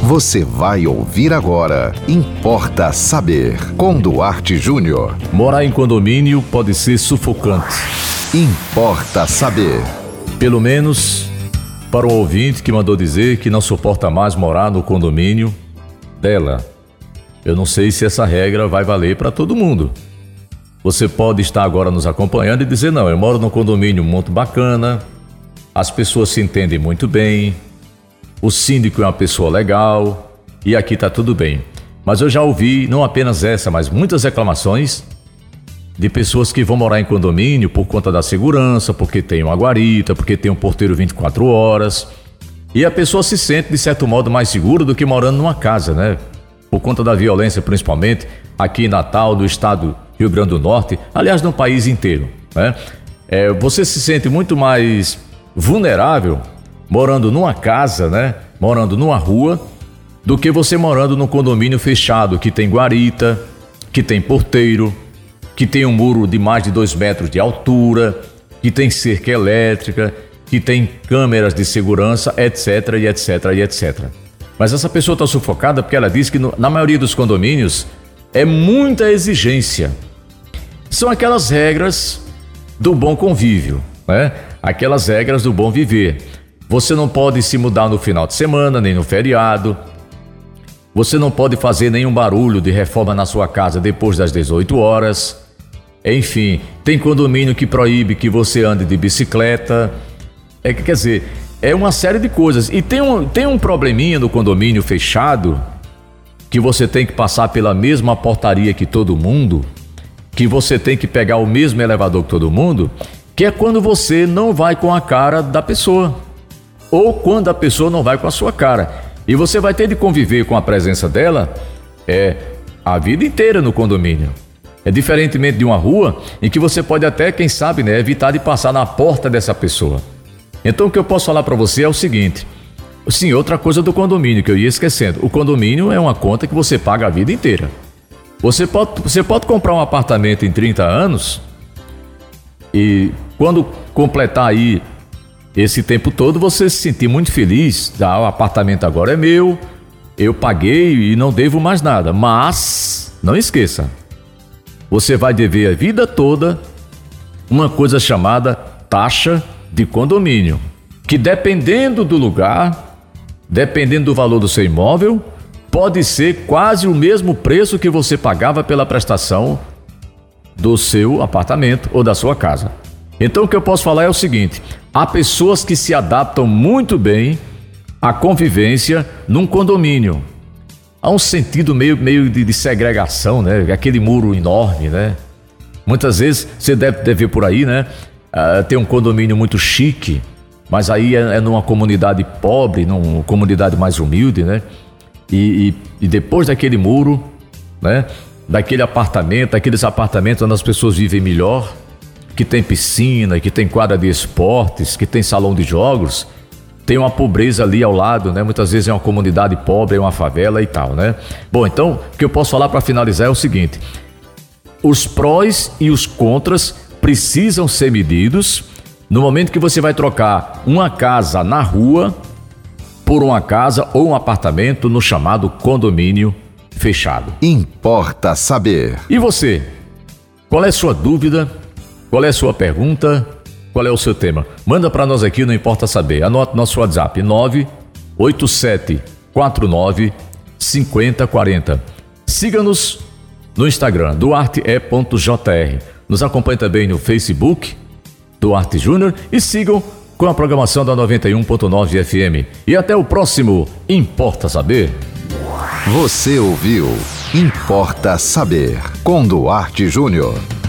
Você vai ouvir agora Importa Saber, com Duarte Júnior. Morar em condomínio pode ser sufocante. Importa Saber. Pelo menos para o ouvinte que mandou dizer que não suporta mais morar no condomínio dela. Eu não sei se essa regra vai valer para todo mundo. Você pode estar agora nos acompanhando e dizer, não, eu moro num condomínio muito bacana, as pessoas se entendem muito bem, o síndico é uma pessoa legal e aqui está tudo bem. Mas eu já ouvi, não apenas essa, mas muitas reclamações de pessoas que vão morar em condomínio por conta da segurança, porque tem uma guarita, porque tem um porteiro 24 horas. E a pessoa se sente, de certo modo, mais segura do que morando numa casa, né? Por conta da violência, principalmente aqui em Natal, no estado Rio Grande do Norte, aliás, no país inteiro, né? Você se sente muito mais vulnerável morando numa casa, né? Morando numa rua, do que você morando num condomínio fechado, que tem guarita, que tem porteiro, que tem um muro de mais de 2 metros de altura, que tem cerca elétrica, que tem câmeras de segurança, etc, e etc, e etc. Mas essa pessoa está sufocada porque ela diz que na maioria dos condomínios é muita exigência. São aquelas regras do bom convívio, né? Aquelas regras do bom viver. Você não pode se mudar no final de semana, nem no feriado. Você não pode fazer nenhum barulho de reforma na sua casa depois das 18 horas. Enfim, tem condomínio que proíbe que você ande de bicicleta. Quer dizer, é uma série de coisas. E tem um probleminha no condomínio fechado, que você tem que passar pela mesma portaria que todo mundo, que você tem que pegar o mesmo elevador que todo mundo, que é quando você não vai com a cara da pessoa, ou quando a pessoa não vai com a sua cara. E você vai ter de conviver com a presença dela a vida inteira no condomínio. É diferentemente de uma rua em que você pode até, quem sabe, né, evitar de passar na porta dessa pessoa. Então o que eu posso falar para você é o seguinte. Sim, outra coisa do condomínio que eu ia esquecendo. O condomínio é uma conta que você paga a vida inteira. Você pode comprar um apartamento em 30 anos e quando completar aí esse tempo todo, você se sentir muito feliz. O apartamento agora é meu, eu paguei e não devo mais nada. Mas, não esqueça, você vai dever a vida toda uma coisa chamada taxa de condomínio, que dependendo do lugar, dependendo do valor do seu imóvel, pode ser quase o mesmo preço que você pagava pela prestação do seu apartamento ou da sua casa. Então o que eu posso falar é o seguinte: há pessoas que se adaptam muito bem à convivência num condomínio. Há um sentido meio de segregação, né? Aquele muro enorme, né? Muitas vezes você deve ver por aí, né? Tem um condomínio muito chique, mas aí é numa comunidade pobre, numa comunidade mais humilde, né? E depois daquele muro, né? Daquele apartamento, daqueles apartamentos onde as pessoas vivem melhor, que tem piscina, que tem quadra de esportes, que tem salão de jogos, tem uma pobreza ali ao lado, né? Muitas vezes é uma comunidade pobre, é uma favela e tal, né? Bom, então, o que eu posso falar para finalizar é o seguinte: os prós e os contras precisam ser medidos no momento que você vai trocar uma casa na rua por uma casa ou um apartamento no chamado condomínio fechado. Importa Saber. E você? Qual é a sua dúvida? Qual é a sua pergunta? Qual é o seu tema? Manda para nós aqui no Importa Saber. Anote nosso WhatsApp: 987495040. Siga-nos no Instagram, duarte.jr. Nos acompanhe também no Facebook, Duarte Júnior, e sigam com a programação da 91.9 FM. E até o próximo Importa Saber. Você ouviu Importa Saber, com Duarte Júnior.